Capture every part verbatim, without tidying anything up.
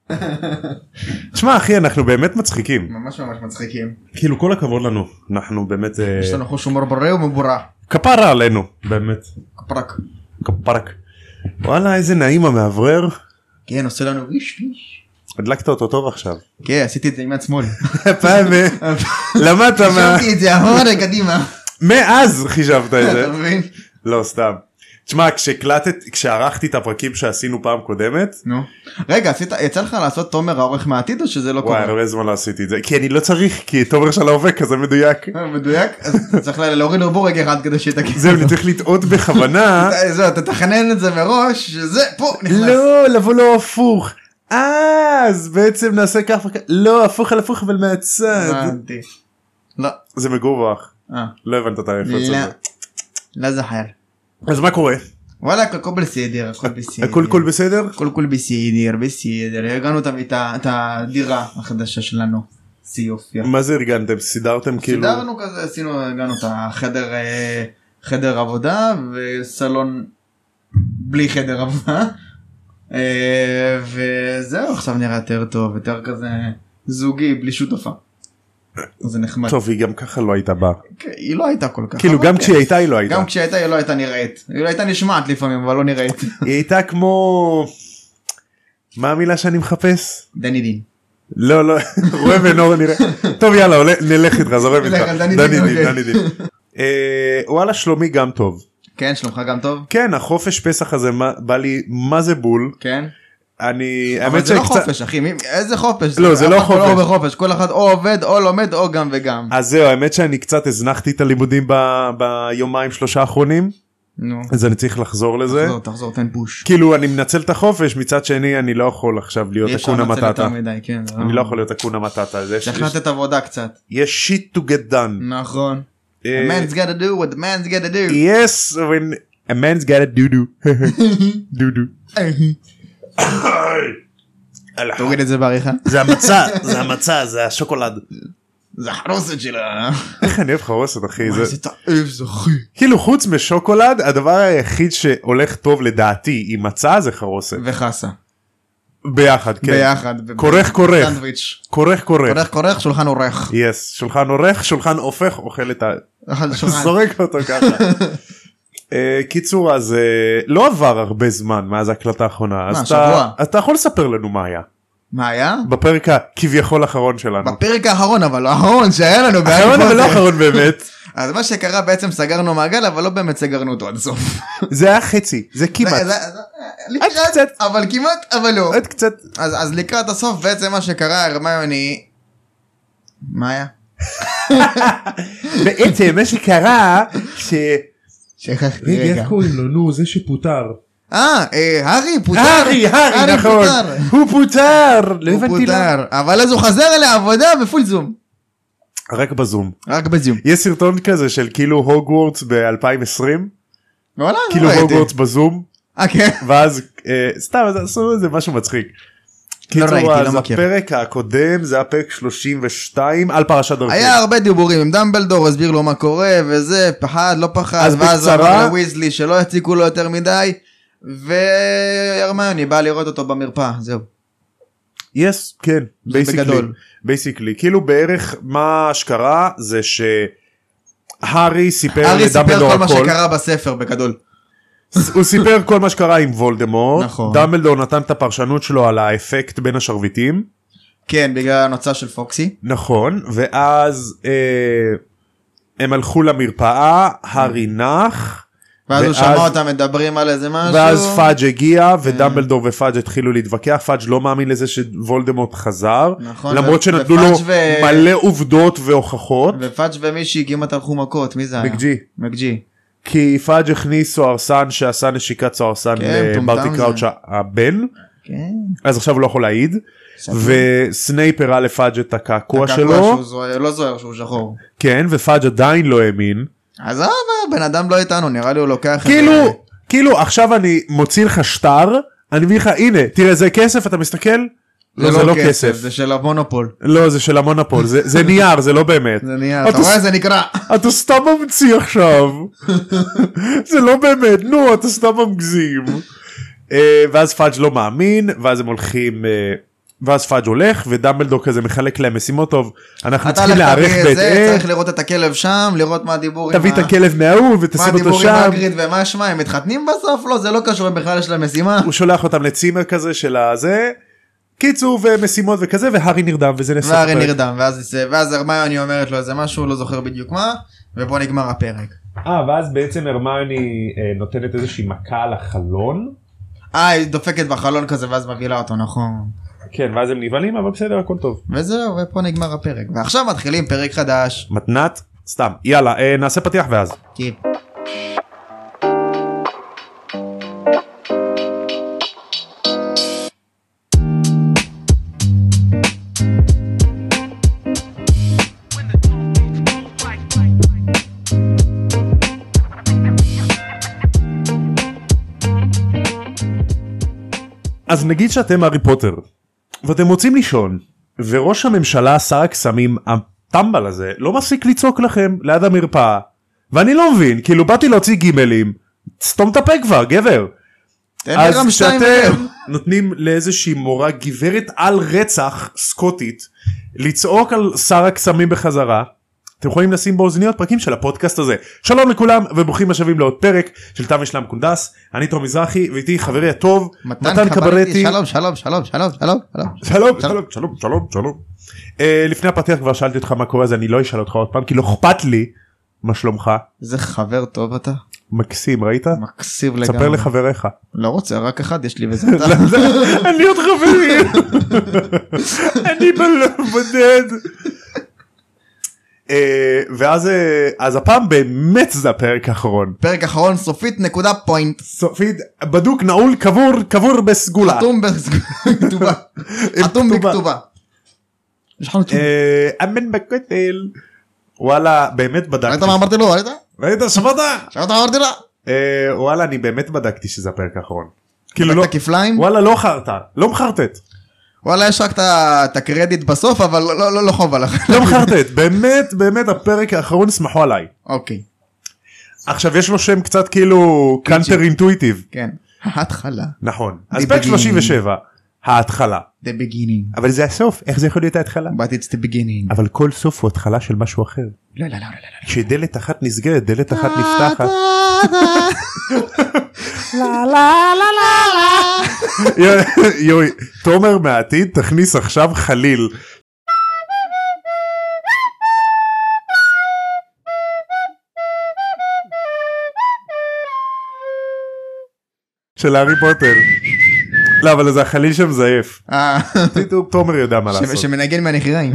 תשמע אחי, אנחנו באמת מצחיקים. ממש ממש מצחיקים. כאילו כל הכבוד לנו, אנחנו באמת... יש לנו חוש הומור בורא ומבורא. כפרה עלינו, באמת. כפרק. כפרק. וואלה, איזה נעים המעברר. כן, עושה לנו ויש ויש. הדלקת אותו טוב עכשיו. כן, עשיתי את זה עם יד שמאל. פעם, למדת מה... חשבתי את זה, אחורה קדימה. מאז חישבת את זה. אתה מבין? לא, סתם. תשמע, כשקלטת, כשערכתי את הפרקים שעשינו פעם קודמת. נו. רגע, יצא לך לעשות תומר העורך מהעתיד או שזה לא קורה? וואי, הרבה זמן לא עשיתי את זה. כי אני לא צריך, כי תומר של ההווה כזה מדויק. מדויק? אז צריך להוריד לו בורג אחד כדי שיתקן. זהו, אני צריך לטעות בכוונה. זהו, אתה תכנן את זה מראש, שזה פה נכנס. לא, לבוא לא הפוך. אז בעצם נעשה ככה, לא, הפוך על הפוך אבל מהצד. הבנתי. לא. זה מגווח. אה. לא הבנת את הרפרנס לא. הזה. לא זכר. אז מה קורה? וואלה, הכל בסדר, הכל בסדר. הכל כל בסדר? הכל כל בסדר, בסדר. הגענו את הדירה החדשה שלנו. זה יופי. מה זה ארגנתם? סידרתם כאילו? סידרנו כזה, עשינו, הגענו את החדר, חדר עבודה וסלון בלי חדר עבודה. וזהו, עכשיו נראה יותר טוב, יותר כזה זוגי, בלי שותפה. זה נחמד. טוב, היא גם ככה לא הייתה באה. היא לא הייתה כל כך. כאילו גם כשהיא הייתה היא לא הייתה. גם כשהיא הייתה היא לא הייתה נראית. היא לא הייתה נשמעת לפעמים, אבל לא נראית. היא הייתה כמו... מה המילה שאני מחפש? דני דין. לא, לא, רואה ונור נראה. טוב יאללה, נלך איתך, זורם איתך. דני דני דין, דין, דני דין. וואלה, שלומי גם טוב. כן, שלומך גם טוב? כן, החופש פסח הזה בא לי, מה זה בול? כן. אני... אבל זה לא חופש אחי, איזה חופש? לא, זה לא חופש. כל אחד או עובד או לומד או גם וגם. אז זהו, האמת שאני קצת הזנחתי את הלימודים ביומיים שלושה האחרונים. נו. אז אני צריך לחזור לזה. תחזור, תחזור, תן פוש. כאילו אני מנצל את החופש, מצד שני אני לא יכול עכשיו להיות אקונה מטאטה. אני לא יכול להיות אקונה מטאטה. צריך לתת עבודה קצת. יש shit to get done. נכון. A man's gotta do what the man's gotta do. Yes, when a man's gotta do do. do do. תוריד את זה בעריכה. זה המצע, זה המצע, זה השוקולד. זה החרוסת שלה. איך אני אוהב חרוסת אחי. מה זה תאהב זה אחי. כאילו חוץ משוקולד הדבר היחיד שהולך טוב לדעתי עם מצע זה חרוסת. וחסה. ביחד, כן. ביחד. כורך כורך. סנדוויץ'. כורך כורך. כורך כורך, שולחן עורך. יס, שולחן עורך, שולחן הופך, אוכל את ה... זורק אותו ככה. קיצור, אז לא עבר הרבה זמן מאז ההקלטה האחרונה. מה, שבוע? אז אתה יכול לספר לנו מה היה. מה היה? בפרק הכביכול האחרון שלנו. בפרק האחרון, אבל לא האחרון שהיה לנו. האחרון אבל לא האחרון באמת. אז מה שקרה בעצם סגרנו מעגל, אבל לא באמת סגרנו אותו עד הסוף. זה היה חצי, זה כמעט. עוד קצת. אבל כמעט, אבל לא. עוד קצת. אז לקראת הסוף בעצם מה שקרה, הרמיוני... מה היה? בעצם מה שקרה, ש... שכחתי רגע, רגע. איך קוראים לו? נו, זה שפוטר. אה, הארי פוטר. הארי, הארי, נכון. הוא פוטר. לא הוא הבנתי למה. פוטר. אבל אז הוא חזר לעבודה בפול זום. רק בזום. רק בזום. יש סרטון כזה של כאילו הוגוורטס ב-אלפיים ועשרים. וואלה, כאילו הוגוורטס בזום. אה, כן. ואז סתם עשו איזה משהו מצחיק. קיצור, אז הפרק הקודם זה הפרק שלושים ושתיים על פרשת דרכים. היה הרבה דיבורים עם דמבלדור, הסביר לו מה קורה וזה, פחד לא פחד, ואז אמר לוויזלי שלא יציקו לו יותר מדי, והרמיוני בא לראות אותו במרפאה, זהו. יס, כן, בגדול. בייסיקלי, כאילו בערך מה שקרה זה שהארי סיפר הארי לדמבלדור סיפר כל מה הכל. שקרה בספר בגדול. הוא סיפר כל מה שקרה עם וולדמורט. נכון. דמבלדור נתן את הפרשנות שלו על האפקט בין השרביטים. כן, בגלל הנוצה של פוקסי. נכון, ואז אה, הם הלכו למרפאה, הארי נח. ואז הוא שמע אותם מדברים על איזה משהו. ואז פאג' הגיע, ודמבלדור ופאג' התחילו להתווכח. פאג' לא מאמין לזה שוולדמורט חזר. נכון. למרות שנתנו לו מלא עובדות והוכחות. ופאג' ומישהי כמעט הלכו מכות, מי זה היה? מקג'י. מקג'י. כי פאג' הכניס סוהרסן שעשה נשיקת סוהרסן לברטי קראוץ' הבן. כן. אז עכשיו הוא לא יכול להעיד. וסנייפ הראה לפאג' את הקעקוע שלו. לא זוהר שהוא שחור. כן, ופאג' עדיין לא האמין. אז בן אדם לא איתנו, נראה לי הוא לוקח... כאילו, כאילו עכשיו אני מוציא לך שטר, אני מביא לך, הנה, תראה זה כסף, אתה מסתכל? לא, זה לא כסף. זה של המונופול. לא, זה של המונופול, זה נייר, זה לא באמת. זה נייר, אתה רואה, זה נקרא. אתה סתם ממציא עכשיו. זה לא באמת, נו, אתה סתם מגזים. ואז פאג' לא מאמין, ואז הם הולכים ואז פאג' הולך ודמבלדור כזה מחלק להם משימות טוב, אנחנו צריכים להערך בהתאם, צריך לראות את הכלב שם, לראות מה הדיבור, תביא את הכלב מההוא ותשים אותו שם, מה הדיבור עם אגריד ומה השמה, הם מתחתנים בסוף? לא, זה לא קשור, הם בכלל יש להם משימה, הוא שולח אותם לצימר כזה של הזה, קיצור ומשימות וכזה, והארי נרדם וזה נסוף. והארי נרדם, ואז, ואז הרמיוני אומרת לו איזה משהו, לא זוכר בדיוק מה, ופה נגמר הפרק. אה, ואז בעצם הרמיוני נותנת איזושהי מכה על החלון. אה, היא דופקת בחלון כזה ואז מבילה אותו, נכון. כן, ואז הם נבלים, אבל בסדר, הכל טוב. וזהו, ופה נגמר הפרק. ועכשיו מתחילים פרק חדש. מתנת, סתם, יאללה, אה, נעשה פתיח ואז. כן. אז נגיד שאתם הארי פוטר, ואתם רוצים לישון, וראש הממשלה שר הקסמים, הטמבל הזה, לא מפסיק לצעוק לכם ליד המרפאה, ואני לא מבין, כאילו באתי להוציא גימלים, סתום את הפה כבר, גבר. אז כשאתם נותנים לאיזושהי מורה גברת על רצח סקוטית, לצעוק על שר הקסמים בחזרה, אתם יכולים לשים באוזניות פרקים של הפודקאסט הזה. שלום לכולם וברוכים השבים לעוד פרק של תם ושלם קונדס. אני תום מזרחי ואיתי חברי הטוב מתן קברטי. שלום שלום שלום שלום שלום שלום שלום שלום שלום שלום. לפני הפתיח כבר שאלתי אותך מה קורה, אז אני לא אשאל אותך עוד פעם כי לא אכפת לי מה שלומך. זה חבר טוב אתה. מקסים, ראית? מקסיב לגמרי. ספר לחבריך. לא רוצה, רק אחד יש לי וזה אתה. אני עוד חברי. אני בודד. ואז אז הפעם באמת זה הפרק האחרון, פרק אחרון סופית נקודה פוינט, סופית בדוק נעול קבור קבור בסגולה, חתום בכתובה, חתום בכתובה, אמן בכותל. וואלה באמת בדקתי, ראית מה אמרתי לו? ראית? ראית? שמעת? שמעת מה אמרתי לו? וואלה אני באמת בדקתי שזה הפרק האחרון, כאילו לא כפליים, וואלה לא חרטה, לא מחרטט, וואלה יש רק את הקרדיט בסוף אבל לא חובה לך, לא מחרטט, באמת באמת הפרק האחרון סמכו עליי. אוקיי, עכשיו יש לו שם קצת כאילו קאנטר אינטואיטיב, כן, ההתחלה, נכון, אז פרק שלושים ושבע ההתחלה, the beginning, אבל זה הסוף, איך זה יכול להיות ההתחלה? but it's the beginning, אבל כל סוף הוא התחלה של משהו אחר. לא לא לא לא, כשדלת אחת נסגרת דלת אחת נפתחת. לה לה לה לה, יואי, תומר מהעתיד תכניס עכשיו חליל של הארי פוטר. לא אבל זה החליל שם זייף, תומר יודע מה לעשות, שמנגן מהנחיריים,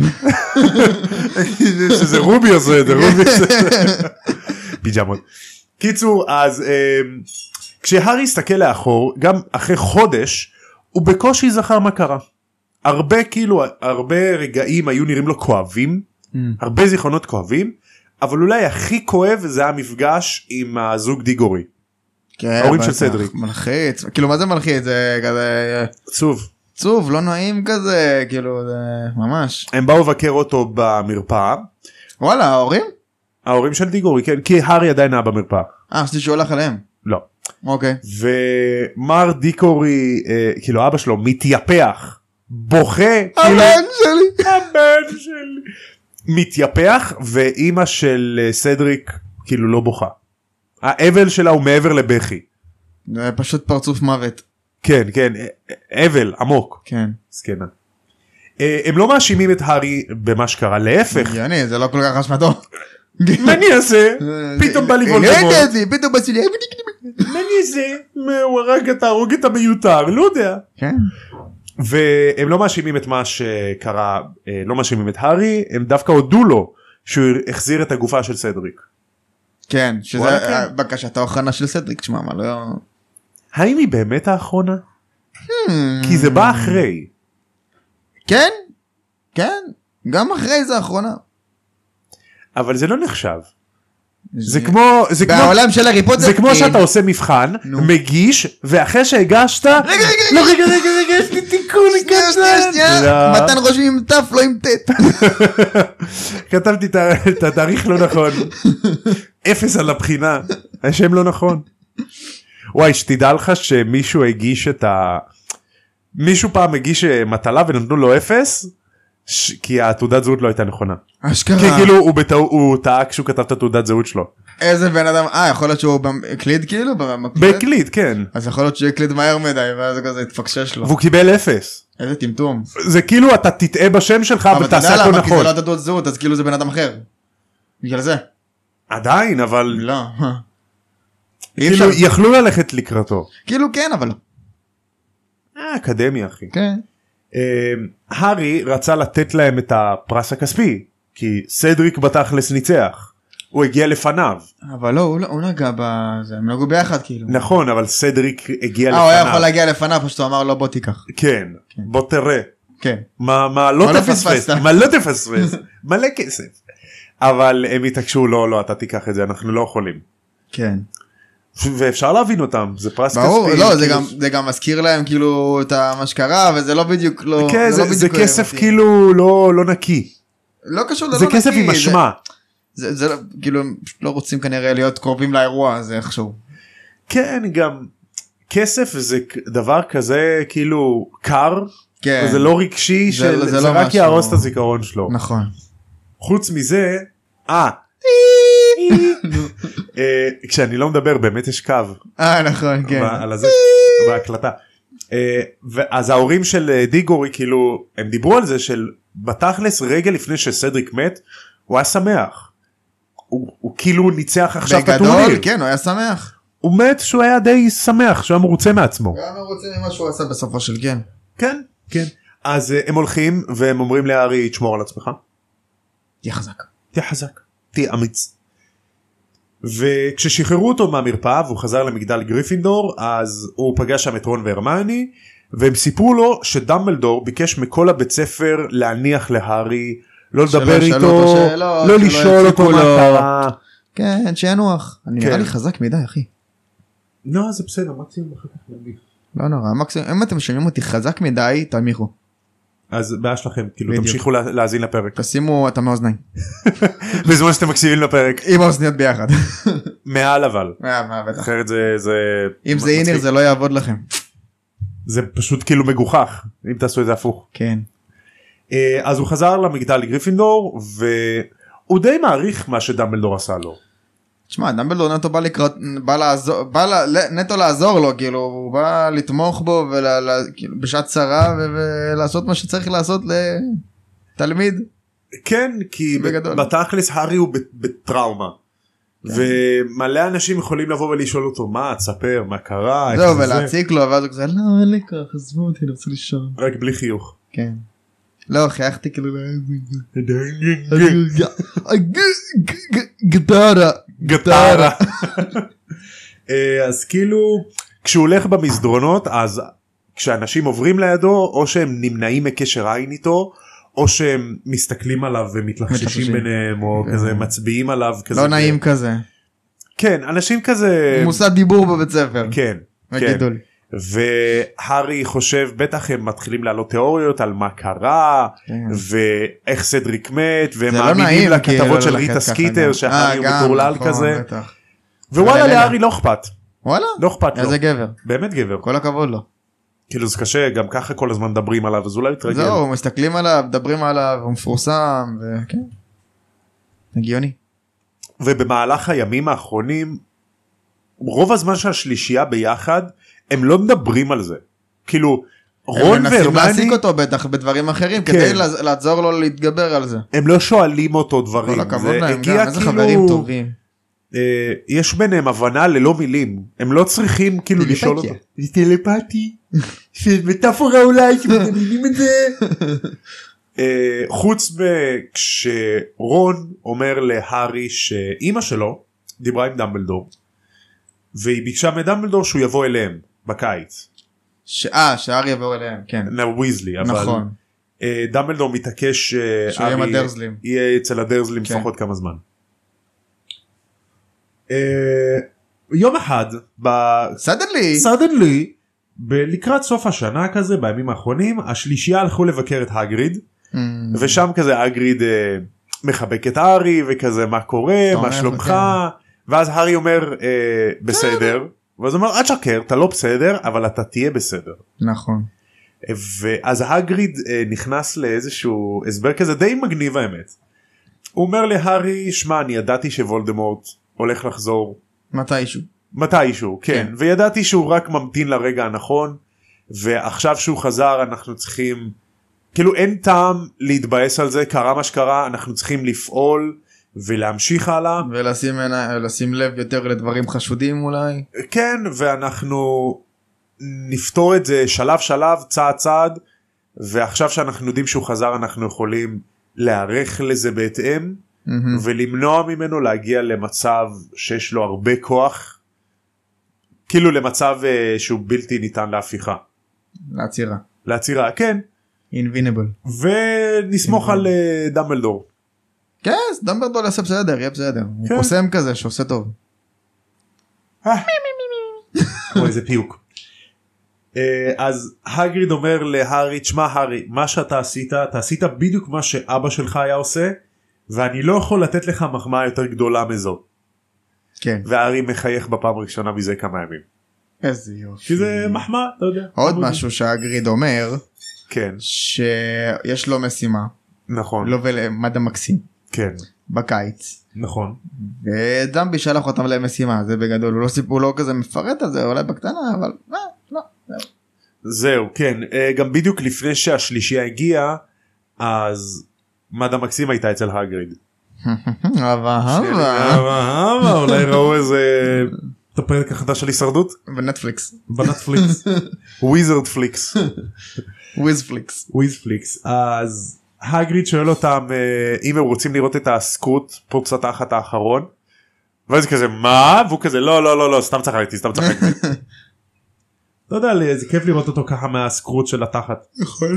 שזה רובי עושה את זה, רובי פיג'מות. קיצור, אז כשהארי הסתכל לאחור גם אחרי חודש הוא בקושי זכר מה קרה, הרבה כאילו הרבה רגעים היו נראים לו כואבים, הרבה זיכרונות כואבים, אבל אולי הכי כואב זה המפגש עם הזוג דיגורי, ההורים של סדריק. מלחיץ, כאילו מה זה מלחיץ? זה כזה עצוב, עצוב, לא נעים כזה, כאילו זה ממש. הם באו לבקר אותו במרפאה. וואלה, ההורים? ההורים של דיגורי, כן, כי הארי עדיין היה במרפאה. אה, חשבתי שהוא הולך עליהם. לא. אוקיי. ומר דיגורי, אה, כאילו אבא שלו מתייפח, בוכה, הבן שלי. הבן שלי. מתייפח, ואימא של סדריק כאילו לא בוכה. האבל שלה הוא מעבר לבכי. זה פשוט פרצוף מוות. כן, כן, אבל עמוק. כן. סקנה. הם לא מאשימים את הארי במה שקרה, להפך. יאני, זה לא כל כך אשמתו. מה אני אעשה? פתאום בא לי וולדמורט. פתאום בא לי. מה אני אעשה? הוא הרג את ההרוג את המיותר, לא יודע. כן. והם לא מאשימים את מה שקרה, לא מאשימים את הארי, הם דווקא הודו לו שהוא החזיר את הגופה של סדריק. כן, שזה בקשת ההוכנה של סדריק, תשמע מה לא... האם היא באמת האחרונה? כי זה בא אחרי. כן, כן, גם אחרי זה האחרונה. אבל זה לא נחשב. זה כמו, זה כמו, בעולם של הארי פוטר, זה כמו שאתה עושה מבחן, מגיש, ואחרי שהגשת, רגע, רגע, לא רגע, רגע, רגע, יש לי תיקון קטן. מתן רושמים עם תף, לא עם תת. כתבתי את התאריך לא נכון. אפס על הבחינה, השם לא נכון. וואי, שתדע לך שמישהו הגיש את ה... מישהו פעם הגיש מטלה ונתנו לו אפס, ש... כי התעודת זהות לא הייתה נכונה. אשכרה. כי כאילו הוא, בטע... הוא טעה כשהוא כתב את התעודת זהות שלו. איזה בן אדם, אה, יכול להיות שהוא הקליד כאילו? בהקליד, כן. אז יכול להיות שהוא הקליד מהר מדי, ואז זה כזה התפקשש לו. והוא קיבל אפס. איזה טמטום. זה כאילו אתה תטעה בשם שלך ותעשה הכל נכון. כי זה לא תעודת זהות, אז כאילו זה בן אדם אחר. בגלל זה. עדיין, אבל... לא. כאילו יכלו ללכת לקראתו. כאילו כן, אבל... אה, אקדמיה, אחי. כן. הארי רצה לתת להם את הפרס הכספי, כי סדריק בתכלס ניצח. הוא הגיע לפניו. אבל לא, הוא נגע בזה, הם נגעו ביחד כאילו. נכון, אבל סדריק הגיע לפניו. אה, הוא היה יכול להגיע לפניו, פשוט הוא אמר לא בוא תיקח. כן, בוא תראה. כן. מה לא תפספס, מה לא תפספס, מלא כסף. אבל הם התעקשו, לא, לא, אתה תיקח את זה, אנחנו לא יכולים. כן. ואפשר להבין אותם, זה פרס כספי. ברור, לא, זה גם מזכיר להם כאילו את מה שקרה, וזה לא בדיוק, לא... כן, זה כסף כאילו לא נקי. לא קשור, זה לא זה נקי. כסף עם אשמה. זה כאילו, הם לא רוצים כנראה להיות קרובים לאירוע הזה איכשהו. כן, גם כסף זה דבר כזה כאילו קר, זה לא רגשי, זה רק יהרוס את הזיכרון שלו. נכון. חוץ מזה, אה, כשאני לא מדבר באמת יש קו. אה נכון, כן. על הזה, בהקלטה. אז ההורים של דיגורי כאילו, הם דיברו על זה של בתכלס רגע לפני שסדריק מת, הוא היה שמח. הוא כאילו ניצח עכשיו את הטורניר. בגדול, כן, הוא היה שמח. הוא מת שהוא היה די שמח, שהוא היה מרוצה מעצמו. הוא היה מרוצה ממה שהוא עשה בסופו של כן. כן, כן. אז הם הולכים והם אומרים להארי, תשמור על עצמך. תהיה חזק. תהיה חזק, תהיה אמיץ. וכששחררו אותו מהמרפאה והוא חזר למגדל גריפינדור, אז הוא פגש שם את רון והרמיוני, והם סיפרו לו שדמבלדור ביקש מכל הבית ספר להניח להארי, לא לדבר איתו, לא לשאול אותו מה קרה. כן, שינוח. אני נראה לי חזק מדי, אחי. לא, זה בסדר, מקסימום אחר כך נביך. לא נורא, מקסימום, אם אתם שומעים אותי חזק מדי, תמיכו. אז בעיה שלכם, כאילו תמשיכו להאזין לפרק. תשימו את המאזניים. בזמן שאתם מקשיבים לפרק. עם האוזניות ביחד. מעל אבל. מה, בטח. אחרת זה... אם זה אינר זה לא יעבוד לכם. זה פשוט כאילו מגוחך, אם תעשו את זה הפוך. כן. אז הוא חזר למגדל גריפינדור, והוא די מעריך מה שדמבלדור עשה לו. תשמע, דמבלדור נטו בא לקראת, בא לעזור, בא נטו לעזור לו, כאילו, הוא בא לתמוך בו, בשעת צרה, ולעשות מה שצריך לעשות לתלמיד. כן, כי בתכלס הארי הוא בטראומה. ומלא אנשים יכולים לבוא ולשאול אותו, מה, תספר, מה קרה, זהו, ולהציק לו, ואז הוא כזה, לא, אין לי כך, עזבו אותי, אני רוצה לישון. רק בלי חיוך. כן. לא, חייכתי כאילו גטרה גטרה. אז כאילו כשהוא הולך במסדרונות, אז כשאנשים עוברים לידו, או שהם נמנעים מקשר עין איתו, או שהם מסתכלים עליו ומתלחששים ביניהם, או כזה מצביעים עליו. לא נעים כזה. כן, אנשים כזה. מוסד דיבור בבית ספר. כן, כן. והארי חושב, בטח הם מתחילים לעלות תיאוריות על מה קרה, ואיך סדריק מת, והם מאמינים לכתבות של ריטה סקיטר, שהארי הוא מטורלל כזה. ווואלה, להארי לא אכפת. וואלה? לא אכפת לו. איזה גבר. באמת גבר. כל הכבוד לו. כאילו זה קשה, גם ככה כל הזמן מדברים עליו, אז אולי יתרגל. זהו, מסתכלים עליו, מדברים עליו, הוא מפורסם, וכן. הגיוני. ובמהלך הימים האחרונים, רוב הזמן שהשלישייה ביחד, הם לא מדברים על זה. כאילו, רון והרמיוני... הם מנסים להעסיק אותו בטח בדברים אחרים, כדי לעזור לו להתגבר על זה. הם לא שואלים אותו דברים. כל הכבוד להם גם, איזה חברים טובים. יש ביניהם הבנה ללא מילים. הם לא צריכים כאילו לשאול אותו. זה טלפתי. זה מטאפורה אולי, שמדמינים את זה. חוץ מכשרון אומר להארי שאימא שלו דיברה עם דמבלדור, והיא ביקשה מדמבלדור שהוא יבוא אליהם בקיץ. אה, שהארי יבוא אליהם, כן. וויזלי, אבל נכון. דמבלדור מתעקש שהארי יהיה אצל הדרזלים לפחות כמה זמן. יום אחד, סדנלי, סדנלי, לקראת סוף השנה כזה, בימים האחרונים, השלישייה הלכו לבקר את הגריד, ושם כזה הגריד מחבק את הארי, וכזה מה קורה, מה שלומך, ואז הארי אומר בסדר, ואז הוא אומר אל תשקר, אתה לא בסדר, אבל אתה תהיה בסדר. נכון. ואז הגריד נכנס לאיזשהו הסבר כזה די מגניב האמת. הוא אומר להארי, שמע, אני ידעתי שוולדמורט הולך לחזור מתישהו. מתישהו, כן, כן. וידעתי שהוא רק ממתין לרגע הנכון, ועכשיו שהוא חזר אנחנו צריכים, כאילו אין טעם להתבאס על זה, קרה מה שקרה, אנחנו צריכים לפעול ולהמשיך הלאה. ולשים לשים לב יותר לדברים חשודים אולי. כן, ואנחנו נפתור את זה שלב שלב, צעד צעד, ועכשיו שאנחנו יודעים שהוא חזר אנחנו יכולים להיערך לזה בהתאם, mm-hmm. ולמנוע ממנו להגיע למצב שיש לו הרבה כוח, כאילו למצב uh, שהוא בלתי ניתן להפיכה. לעצירה. לעצירה, כן. Invincible. ונסמוך על uh, דמבלדור. כן, דמבלדור יעשה בסדר, יהיה בסדר. הוא קוסם כזה שעושה טוב. או איזה פיוק. אז הגריד אומר להארי, תשמע הארי, מה שאתה עשית, אתה עשית בדיוק מה שאבא שלך היה עושה, ואני לא יכול לתת לך מחמאה יותר גדולה מזו. כן. והארי מחייך בפעם הראשונה מזה כמה ימים. איזה יופי. כי זה מחמאה, אתה יודע. עוד משהו שהגריד אומר, כן. שיש לו משימה. נכון. לא ולמד מקסים. כן. בקיץ. נכון. ודמבי שלח אותם למשימה, זה בגדול, הוא לא סיפור לא כזה מפרט על זה, אולי בקטנה, אבל לא, לא. זהו, כן. גם בדיוק לפני שהשלישייה הגיעה, אז מדה מקסים הייתה אצל הגריד. אהבה, אהבה. אהבה, אהבה, אולי ראו איזה... את הפרק החדש של הישרדות? בנטפליקס. בנטפליקס. וויזרד פליקס. וויז פליקס. וויז פליקס. אז הגריד שואל אותם אם הם רוצים לראות את הסקרוט פורץ התחת האחרון. ואז כזה מה? והוא כזה לא לא לא לא סתם צחקתי סתם צחקתי. לא יודע, זה כיף לראות אותו ככה מהסקרוט של התחת. נכון.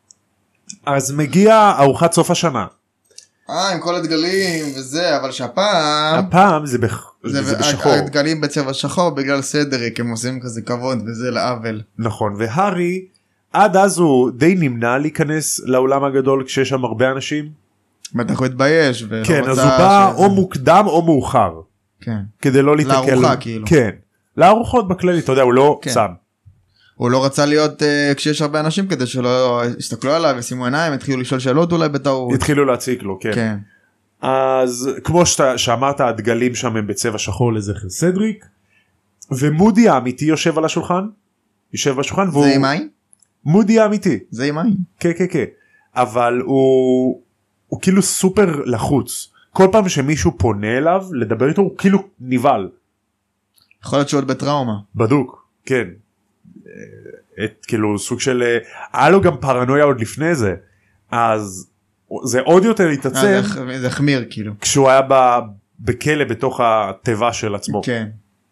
אז מגיע ארוחת סוף השנה. אה, עם כל הדגלים וזה, אבל שהפעם... הפעם זה, בח... זה, זה בשחור. הדגלים בצבע שחור בגלל סדריק, הם עושים כזה כבוד וזה לעוול. נכון, והארי עד אז הוא די נמנע להיכנס לאולם הגדול כשיש שם הרבה אנשים. בטח הוא התבייש. כן, אז הוא בא ש... או מוקדם או מאוחר. כן. כדי לא להתקל. לארוחה כאילו. כן. לארוחות בכללי, אתה יודע, הוא לא כן. שם. הוא לא רצה להיות uh, כשיש הרבה אנשים כדי שלא יסתכלו עליו ושימו עיניים, התחילו לשאול שאלות אולי בטעות. התחילו להציק לו, כן. כן. אז כמו שאתה, שאמרת, הדגלים שם הם בצבע שחור לזכר סדריק, ומודי האמיתי יושב על השולחן, יושב בשולחן, והוא... זה עם עין? מודי האמיתי. זה עם עין. כן, כן, כן. אבל הוא, הוא כאילו סופר לחוץ. כל פעם שמישהו פונה אליו לדבר איתו, הוא כאילו נבהל. יכול להיות שהוא עוד בטראומה. בדוק, כן. את כאילו סוג של היה לו גם פרנויה עוד לפני זה, אז זה עוד יותר התעצם. זה החמיר כאילו כשהוא היה בכלא בתוך התיבה של עצמו. כן.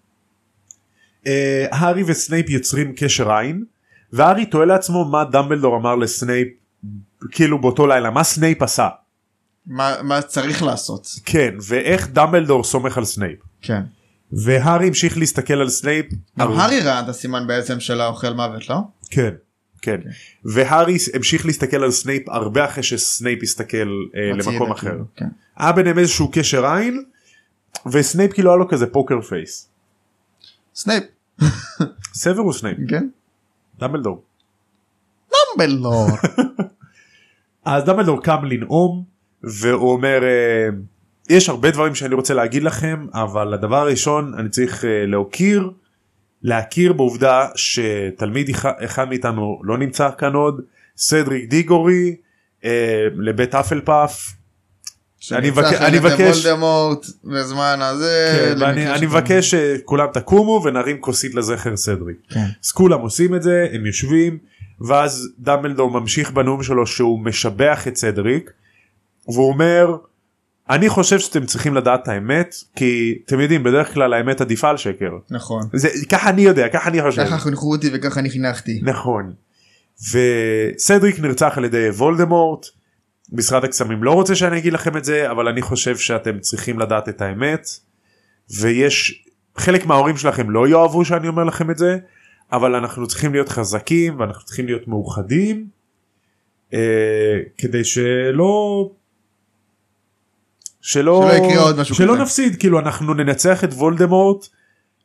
הארי וסנייפ יוצרים קשר עין, והארי תוהה לעצמו מה דמבלדור אמר לסנייפ כאילו באותו לילה, מה סנייפ עשה, מה מה צריך לעשות. כן, ואיך דמבלדור סומך על סנייפ. כן. והארי המשיך להסתכל על סנייפ. הארי ראה את הסימן בעצם של האוכל מוות, לא? כן, כן. והארי המשיך להסתכל על סנייפ הרבה אחרי שסנייפ הסתכל למקום אחר. היה ביניהם איזשהו קשר עין, וסנייפ כאילו היה לו כזה פוקר פייס. סנייפ. סוורוס סנייפ. כן. דמבלדור. דמבלדור. אז דמבלדור קם לנאום, והוא אומר... יש הרבה דברים שאני רוצה להגיד לכם, אבל הדבר הראשון אני צריך uh, להוקיר, להכיר בעובדה שתלמיד אחד מאיתנו לא נמצא כאן עוד, סדריק דיגורי, uh, לבית אפלפף. אני מבקש, וולדמורט בזמן הזה. כן, ואני, אני מבקש שכולם תקומו ונרים כוסית לזכר סדריק. כן. אז כולם עושים את זה, הם יושבים, ואז דמבלדור ממשיך בנאום שלו שהוא משבח את סדריק, והוא אומר, אני חושב שאתם צריכים לדעת את האמת, כי אתם יודעים, בדרך כלל האמת עדיפה על שקר. נכון. זה, ככה אני יודע, ככה אני חושב. ככה חינכו אותי וככה אני חינכתי. נכון. וסדריק נרצח על ידי וולדמורט, משרד הקסמים לא רוצה שאני אגיד לכם את זה, אבל אני חושב שאתם צריכים לדעת את האמת, ויש, חלק מההורים שלכם לא יאהבו שאני אומר לכם את זה, אבל אנחנו צריכים להיות חזקים, ואנחנו צריכים להיות מאוחדים, אה, כדי שלא... שלא, שלא יקרה עוד משהו שלא כזה. נפסיד, כאילו אנחנו ננצח את וולדמורט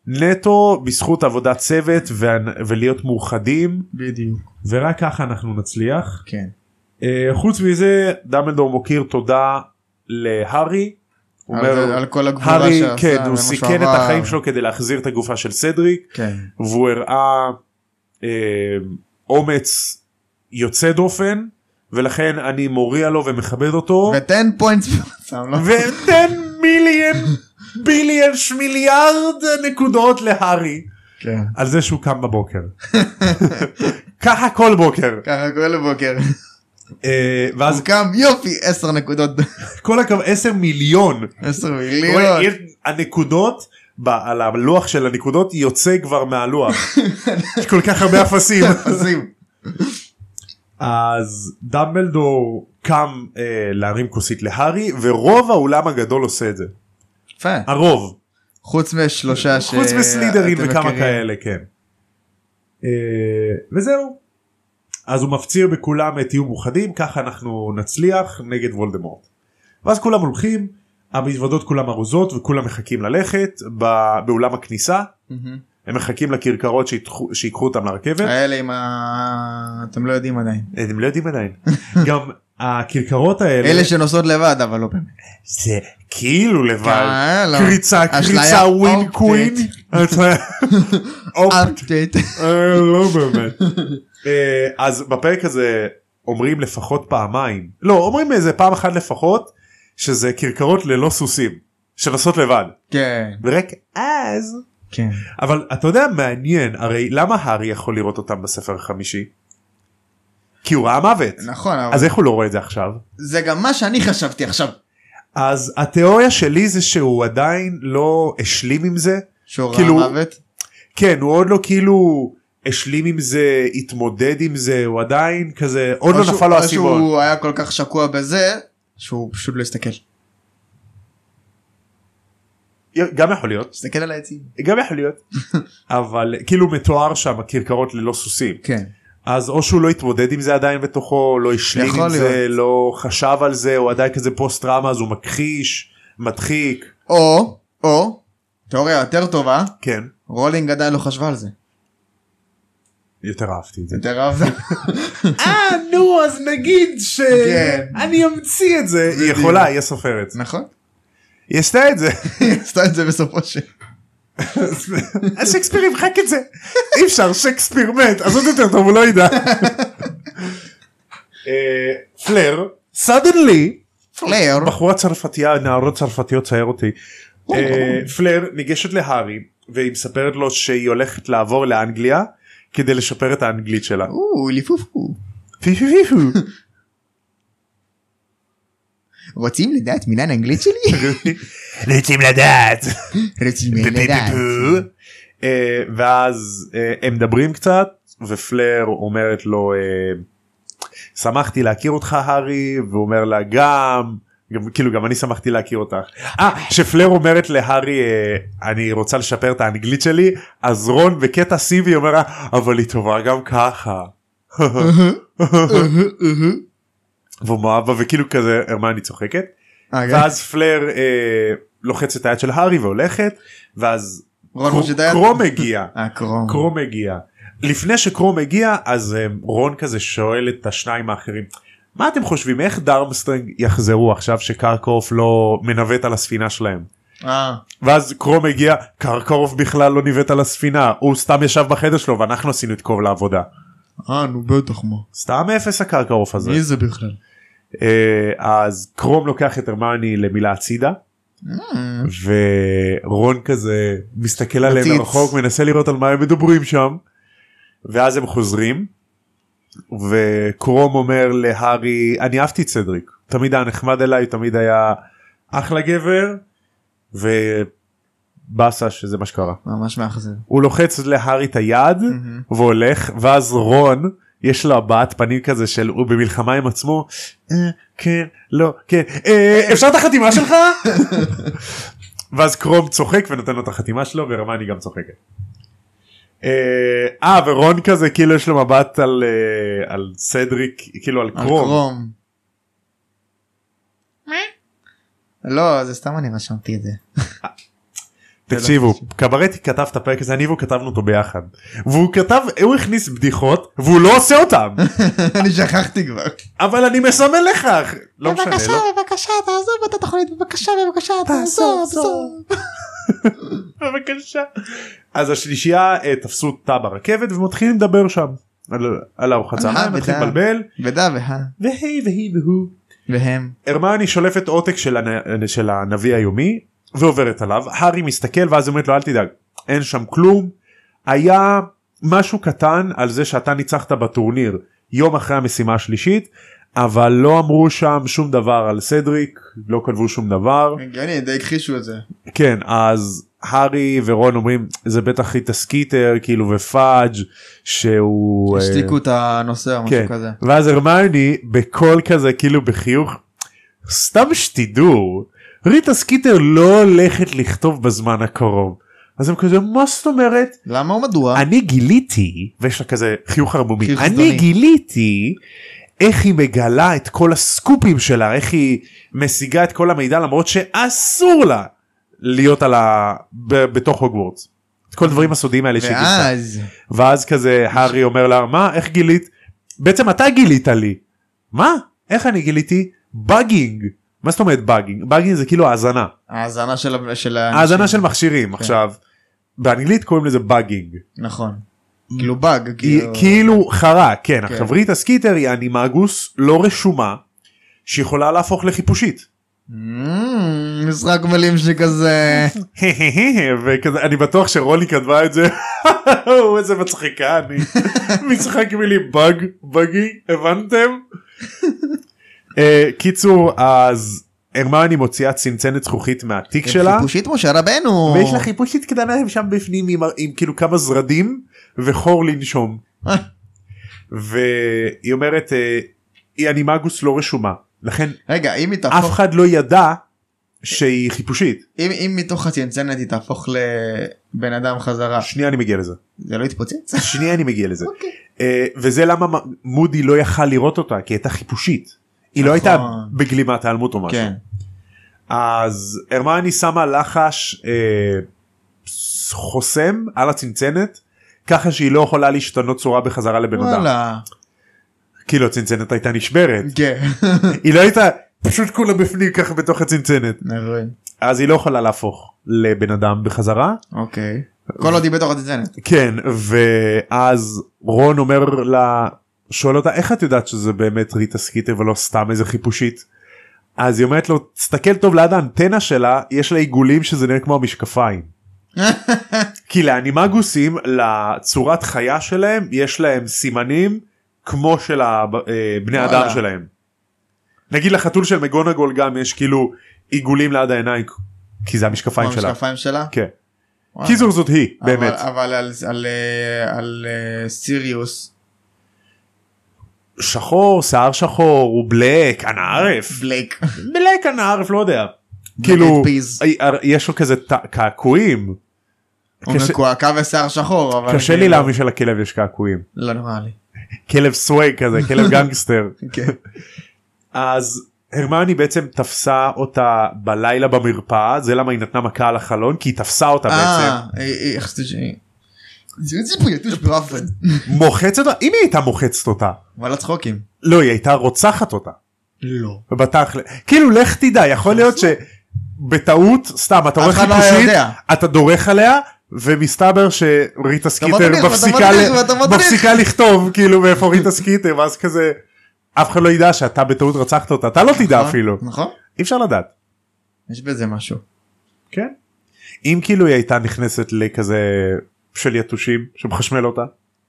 נטו בזכות עבודת צוות ו- ולהיות מאוחדים בדיוק. ורק ככה אנחנו נצליח. כן. Uh, חוץ מזה דמבלדור מוקיר תודה להארי. הוא על, אומר, על כל הגבורה הארי, שעשה. כן, הוא סיכן את החיים שלו כדי להחזיר את הגופה של סדריק. כן. והוא הראה אה, אומץ יוצא דופן ולכן אני מוריע לו ומכבד אותו. ו-עשר פוינטס. ו-עשר מיליון ביליון שמיליארד נקודות להארי. כן. על זה שהוא קם בבוקר. ככה כל בוקר. ככה כל בוקר. אה, ואז הוא קם יופי עשר נקודות. כל הכבוד עשר מיליון. עשר מיליון. הנקודות ב- על הלוח של הנקודות יוצא כבר מהלוח. יש כל כך הרבה אפסים. אפסים. אז דמבלדור קם אה, להרים כוסית להארי ורוב האולם הגדול עושה את זה. יפה. הרוב. חוץ משלושה ש... חוץ מסלידרין אתם וכמה מכירים. כאלה, כן. אה, וזהו. אז הוא מפציר בכולם תהיו מאוחדים, ככה אנחנו נצליח נגד וולדמורט. ואז כולם הולכים, המזוודות כולם ארוזות וכולם מחכים ללכת ב- באולם הכניסה. מהמם. הם מחכים לכרכרות שיקחו אותם לרכבת. האלה עם ה... אתם לא יודעים עדיין. הם לא יודעים עדיין. גם הכרכרות האלה. אלה שנוסעות לבד אבל לא באמת. זה כאילו לבד. כן, לא. קריצה, אשליה קריצה ווין אופטית. קווין. אפדייט. אה, לא באמת. אה, אז בפרק הזה אומרים לפחות פעמיים. לא, אומרים איזה פעם אחת לפחות, שזה כרכרות ללא סוסים. שנוסעות לבד. כן. ורק אז... כן. אבל אתה יודע מעניין, הרי למה הארי יכול לראות אותם בספר החמישי? כי הוא ראה מוות. נכון. אבל אז איך הוא לא רואה את זה עכשיו? זה גם מה שאני חשבתי עכשיו. אז התיאוריה שלי זה שהוא עדיין לא השלים עם זה. שהוא ראה כאילו- מוות. כן, הוא עוד לא כאילו השלים עם זה, התמודד עם זה, הוא עדיין כזה, עוד או לא שהוא- נפל לו או הסימון. שהוא היה כל כך שקוע בזה שהוא פשוט לא הסתכל. גם יכול להיות, הסתכל על העצים. גם יכול להיות. אבל כאילו מתואר שם הכרכרות ללא סוסים. כן. אז או שהוא לא התמודד עם זה עדיין בתוכו, לא השלים יכול עם זה, להיות. לא חשב על זה, הוא עדיין כזה פוסט טראומה, אז הוא מכחיש, מדחיק. או, או, תיאוריה יותר טובה, כן, רולינג עדיין לא חשבה על זה. יותר אהבתי את זה. יותר אהבת. אה נו אז נגיד כן. שאני אמציא את זה. היא בדיוק. יכולה, היא הסופרת. נכון. היא עשתה את זה. היא עשתה את זה בסופו של... אז שייקספיר ימחק את זה. אי אפשר, שייקספיר מת, אז עוד יותר טוב, הוא לא ידע. אה, פלר, סדנלי, פלר. בחורה צרפתיה, נערות צרפתיות צייר אותי. אה, פלר ניגשת להארי והיא מספרת לו שהיא הולכת לעבור לאנגליה כדי לשפר את האנגלית שלה. או, ליפופו. פי פי פי פו. רוצים לדעת מילה האנגלית שלי? רוצים לדעת. רוצים פי פי פי לדעת. פו. אה, ואז אה, הם מדברים קצת ופלר אומרת לו אה, שמחתי להכיר אותך הארי, והוא אומר לה גם, גם כאילו גם אני שמחתי להכיר אותך. אה, שפלר אומרת להארי אה, אני רוצה לשפר את האנגלית שלי, אז רון בקטע סיבי אומר לה, אבל היא טובה גם ככה. והוא מאוהב בה וכאילו כזה הרמיוני צוחקת. ואז פלר אה, לוחץ את היד של הארי והולכת, ואז רון מושיט היד? קרום מגיע. אה, קרום. קרום מגיע. לפני שקרום מגיע אז um, רון כזה שואל את השניים האחרים, מה אתם חושבים איך דרמסטרנג יחזרו עכשיו שקרקרוף לא מנווט על הספינה שלהם? אה. ואז קרום מגיע, קרקרוף בכלל לא ניווט על הספינה, הוא סתם ישב בחדר שלו ואנחנו עשינו את קרוב לעבודה. אה, נו בטח מה. סתם אפס הקרקרוף הזה. מי זה בכלל? Uh, אז קרום לוקח את הרמיוני למילה הצידה. אה. ורון כזה מסתכל עליהם מציץ. מרחוק, מנסה לראות על מה הם מדברים שם, ואז הם חוזרים וקרום אומר להארי אני אהבתי את סדריק, תמיד היה נחמד אליי, תמיד היה אחלה גבר, ובאסה שזה מה שקרה. ממש מאכזב. הוא לוחץ להארי את היד והולך, ואז רון יש לו הבעת פנים כזה של הוא במלחמה עם עצמו, "אה, כן לא כן אה, אפשר את החתימה שלך?" ואז קרום צוחק ונותן לו את החתימה שלו, והרמיוני גם צוחקת. אה אה, ורון כזה כאילו יש לו מבט על אה, על סדריק, כאילו על על קרום. קרום. לא, זה סתם אני רשמתי את זה. תקשיבו, קברטי כתב את הפרק הזה, אני והוא כתבנו אותו ביחד. והוא כתב, הוא הכניס בדיחות, והוא לא עושה אותם. אני שכחתי כבר. אבל אני מסמן לך. לא משנה, בבקשה, לא? בבקשה, תעזוב את התוכנית, בבקשה, בבקשה, תעזוב, תעזוב. בבקשה. אז השלישייה אה, תפסו תא ברכבת ומתחילים לדבר שם. על, על ארוחת צהריים, מתחילים לבלבל. ודה וה. והי והי והוא. והם. הרמני שולפת עותק של, הנ... של הנביא היומי ועוברת עליו. הארי מסתכל ואז אומרת לו אל תדאג, אין שם כלום. היה משהו קטן על זה שאתה ניצחת בטורניר יום אחרי המשימה השלישית, אבל לא אמרו שם שום דבר על סדריק, לא כתבו שום דבר. הגיוני, די הכחישו את זה. כן, אז הארי ורון אומרים זה בטח ריטה סקיטר כאילו ופאג' שהוא השתיקו את הנושא או משהו כן. כזה. ואז הרמיוני בקול כזה כאילו בחיוך, סתם שתדעו, ריטה סקיטר לא הולכת לכתוב בזמן הקרוב. אז הם כזה מה זאת אומרת? למה ומדוע? אני גיליתי, ויש לה כזה חיוך הרמומי, חיוך אני זדוני. גיליתי איך היא מגלה את כל הסקופים שלה, איך היא משיגה את כל המידע למרות שאסור לה להיות על ה... ב... בתוך הוגוורטס. את כל הדברים הסודיים האלה שגיסה. ואז ואז כזה הארי אומר לה מה איך גילית? בעצם אתה גילית לי. מה? איך אני גיליתי? באגינג. מה זאת אומרת באגינג? באגינג זה כאילו האזנה. ההאזנה של של האזנה של מכשירים. עכשיו באנגלית קוראים לזה באגינג. נכון. כאילו באג. כאילו חרה. כן. עכשיו ריטה סקיטר היא אנימגוס לא רשומה שיכולה להפוך לחיפושית. משחק מילים שכזה. וכזה אני בטוח שרוני כתבה את זה. איזה מצחיקה אני. משחק מילים באג באגי הבנתם? קיצור אז הרמיוני מוציאה צנצנת זכוכית מהתיק שלה. חיפושית משה רבנו. ויש לה חיפושית קטנה שם בפנים עם, עם כאילו כמה זרדים וחור לנשום. והיא אומרת היא אנימגוס לא רשומה. לכן רגע, אם היא אף תהפוך, אחד לא ידע שהיא חיפושית. אם, אם מתוך הצנצנת היא תהפוך לבן אדם חזרה, שנייה אני מגיע לזה. זה לא יתפוצץ? שנייה אני מגיע לזה. אוקיי. אה, וזה למה מודי לא יכל לראות אותה כי הייתה חיפושית. היא לא נכון. הייתה בגלימת העלמות או משהו. כן. אז הרמיוני שמה לחש אה, חוסם על הצנצנת ככה שהיא לא יכולה להשתנות צורה בחזרה לבן אדם. וואלה. כאילו הצנצנת הייתה נשברת. כן. היא לא הייתה פשוט כולה בפנים ככה בתוך הצנצנת. נבין. אז היא לא יכולה להפוך לבן אדם בחזרה. אוקיי. כל עוד היא בתוך הצנצנת. כן, ואז רון אומר לה, שואל אותה איך את יודעת שזה באמת ריטה סקיטר ולא סתם איזה חיפושית? אז היא אומרת לו תסתכל טוב ליד האנטנה שלה יש לה עיגולים שזה נראה כמו המשקפיים. כי לאנימגוסים לצורת חיה שלהם יש להם סימנים כמו של הבני אדם שלהם. נגיד לחתול של מגונגול גם יש כאילו עיגולים ליד העיניים כי זה המשקפיים שלה. המשקפיים שלה? כן. קיצור זאת היא באמת. אבל על סיריוס שחור, שיער שחור, הוא בלק, הנערף. בלייק. בלק הנערף, לא יודע. כאילו, יש לו כזה קעקועים. הוא מקועקע ושיער שחור. קשה לי להאמין שלכלב יש קעקועים. לא נראה לי. כלב סווייג כזה, כלב גנגסטר. כן. אז הרמיוני בעצם תפסה אותה בלילה במרפאה, זה למה היא נתנה מכה על החלון, כי היא תפסה אותה בעצם. אה, איך זה שהיא... זה ציפו יתוש באופן. מוחצת אותה? אם היא הייתה מוחצת אותה. וואלה צחוקים. לא, היא הייתה רוצחת אותה. לא. בתכל'ס. כאילו לך תדע, יכול להיות שבטעות, סתם, אתה רואה חיפושית, אתה דורך עליה, ומסתבר שריטה סקיטר מפסיקה לכתוב, כאילו מאיפה ריטה סקיטר, ואז כזה, אף אחד לא ידע שאתה בטעות רצחת אותה, אתה לא תדע אפילו. נכון. אי אפשר לדעת. יש בזה משהו. כן. אם כאילו היא הייתה נכנסת לכזה של יתושים שמחשמל אותה.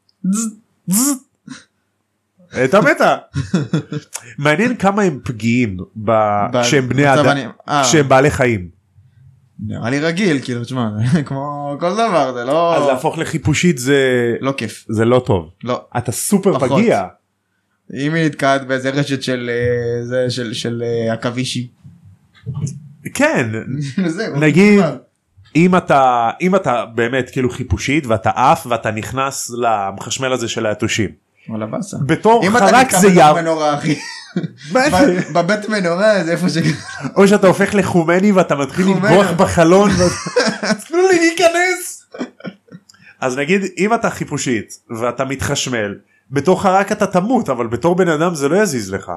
הייתה מתה. מעניין כמה הם פגיעים כשהם בני אדם, כשהם בעלי חיים. נראה לי רגיל, כאילו, תשמע, כמו כל דבר, זה לא... אז להפוך לחיפושית זה... לא כיף. זה לא טוב. לא. אתה סופר פגיע. אם היא נתקעת באיזה רשת של זה, של עכבישי. כן. נגיד, אם אתה, אם אתה באמת כאילו חיפושית ואתה עף ואתה נכנס למחשמל הזה של היתושים. וואלה באסה. בתור חרק זה יר... בבית מנורה זה איפה ש... או שאתה הופך לחומני ואתה מתחיל לנגוח בחלון. תנו לי להיכנס. אז נגיד אם אתה חיפושית ואתה מתחשמל, בתור חרק אתה תמות, אבל בתור בן אדם זה לא יזיז לך.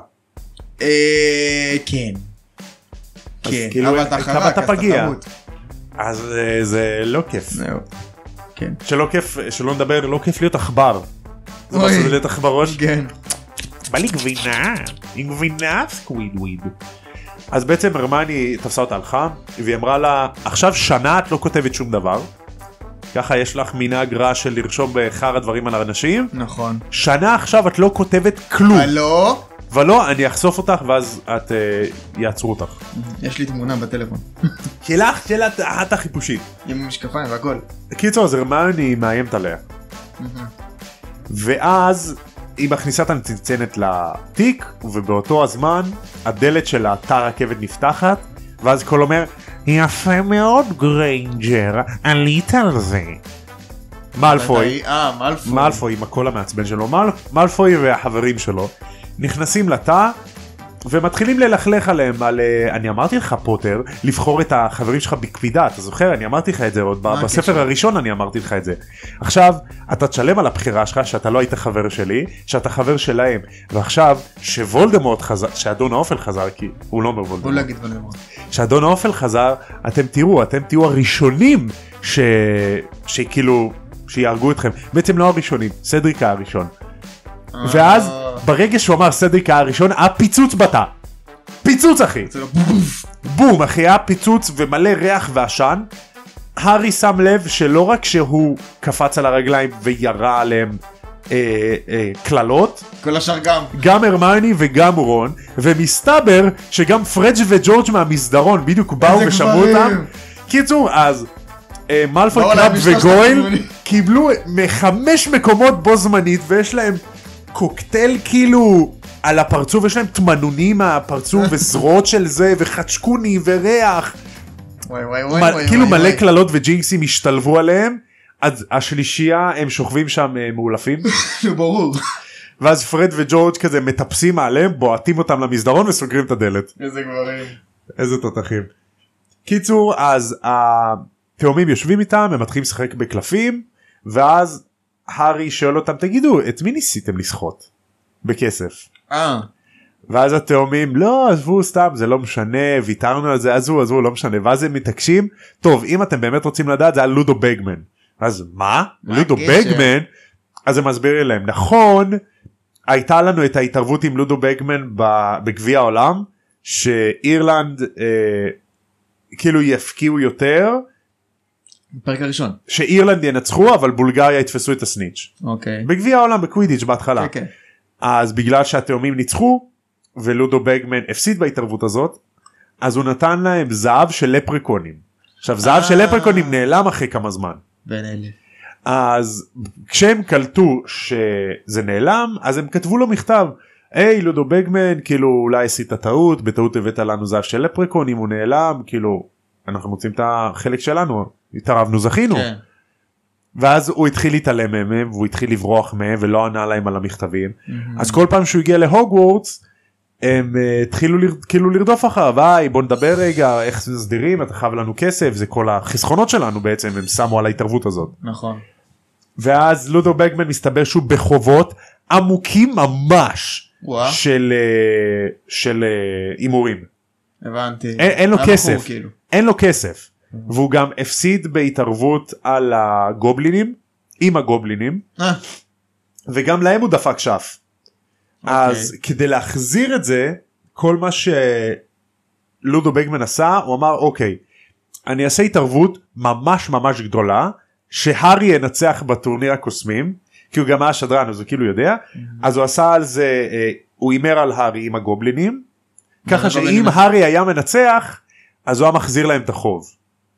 כן. כן, אבל אתה חרק אז אתה תמות. אז זה לא כיף. כן. שלא כיף, שלא נדבר, לא כיף להיות עכבר. זה מה שזה להיות עכברוש? כן. בא לי גבינה, עם גבינה סקווידוויד. אז בעצם הרמני תפסה אותה הלכה, והיא אמרה לה, עכשיו שנה את לא כותבת שום דבר. ככה יש לך מנהג רע של לרשום בחר הדברים על האנשים. נכון. שנה עכשיו את לא כותבת כלום. ולא? ולא, אני אחשוף אותך ואז את uh, יעצרו אותך. יש לי תמונה בטלפון. כי לך שאלת את החיפושית. עם משקפיים והכל. קיצור, אז הרמני מאיימת עליה. ואז היא מכניסה את הצנצנת לתיק, ובאותו הזמן הדלת של התא רכבת נפתחת, ואז כל אומר, יפה מאוד גריינג'ר, עלית על זה. מאלפוי, מאלפוי עם הקול המעצבן שלו, מאלפוי והחברים שלו נכנסים לתא ומתחילים ללכלך עליהם על, אני אמרתי לך פוטר, לבחור את החברים שלך בקפידה, אתה זוכר? אני אמרתי לך את זה עוד בספר הראשון, אני אמרתי לך את זה. עכשיו אתה תשלם על הבחירה שלך שאתה לא היית חבר שלי, שאתה חבר שלהם, ועכשיו שוולדמורט חזר, שאדון האופל חזר, כי הוא לא אומר וולדמורט, הוא לא יגיד וולדמורט, שאדון האופל חזר, אתם תראו, אתם תהיו הראשונים ש... שכאילו שיהרגו אתכם, בעצם לא הראשונים, סדריקה הראשון. ואז ברגע שהוא אמר סדריקה הראשון, הפיצוץ בתא. פיצוץ אחי. בום אחי, היה פיצוץ ומלא ריח ועשן. הארי שם לב שלא רק שהוא קפץ על הרגליים וירה עליהם קללות, כל השאר גם. גם הרמיוני וגם רון, ומסתבר שגם פרג' וג'ורג' מהמסדרון בדיוק באו ושמעו אותם. קיצור, אז מאלפוי, קראפ וגויל קיבלו מחמש מקומות בו זמנית, ויש להם קוקטייל כאילו על הפרצוף, יש להם תמנונים מהפרצוף וזרועות של זה וחצ'קוני וריח, כאילו מלא קללות וג'ינקסים השתלבו עליהם. אז השלישייה הם שוכבים שם מאולפים, ברור, ואז פרד וג'ורג' כזה מטפסים עליהם, בועטים אותם למסדרון וסוגרים את הדלת. איזה גברים, איזה תותחים. קיצור, אז התאומים יושבים איתם, הם מתחילים לשחק בקלפים, ואז הארי שואל אותם, תגידו, את מי ניסיתם לסחוט? בכסף. אה. ואז התאומים, לא, עזבו סתם, זה לא משנה, ויתרנו על זה, עזבו, עזבו, לא משנה. ואז הם מתעקשים, טוב, אם אתם באמת רוצים לדעת, זה היה לודו בגמן. אז מה? לודו בגמן? אז הם מסבירים להם, נכון, הייתה לנו את ההתערבות עם לודו בגמן בגביע העולם, שאירלנד אה, כאילו יפקיעו יותר, בפרק הראשון. שאירלנד ינצחו, אבל בולגריה יתפסו את הסניץ'. אוקיי. בגביע העולם בקווידיץ' בהתחלה. אוקיי. אז בגלל שהתאומים ניצחו, ולודו בגמן הפסיד בהתערבות הזאת, אז הוא נתן להם זהב של לפרקונים. עכשיו, זהב של לפרקונים נעלם אחרי כמה זמן. ונעלם. אז כשהם קלטו שזה נעלם, אז הם כתבו לו מכתב, היי לודו בגמן, כאילו אולי עשית טעות, בטעות הבאת לנו זהב של לפרקונים, הוא נעלם, כאילו אנחנו מוצאים את החלק שלנו, התערבנו, זכינו. כן. ואז הוא התחיל להתעלם מהם, והוא התחיל לברוח מהם, ולא ענה להם על המכתבים. Mm-hmm. אז כל פעם שהוא הגיע להוגוורטס, הם uh, התחילו לר, כאילו לרדוף אחריו, היי בוא נדבר רגע, איך זה סדירים, אתה חייב לנו כסף, זה כל החסכונות שלנו בעצם, הם שמו על ההתערבות הזאת. נכון. ואז לודו בגמן מסתבר שהוא בחובות עמוקים ממש, ווא. של של הימורים. הבנתי. אין, אין לו כסף, כאילו. אין לו כסף. והוא גם הפסיד בהתערבות על הגובלינים, עם הגובלינים, וגם להם הוא דפק שף. אז כדי להחזיר את זה, כל מה שלודו בגמן עשה, הוא אמר אוקיי, אני אעשה התערבות ממש ממש גדולה, שהארי ינצח בטורניר הקוסמים, כי הוא גם היה שדרן, אז הוא כאילו יודע, אז הוא עשה על זה, הוא אימר על הארי עם הגובלינים, ככה שאם הארי היה מנצח, אז הוא היה מחזיר להם את החוב.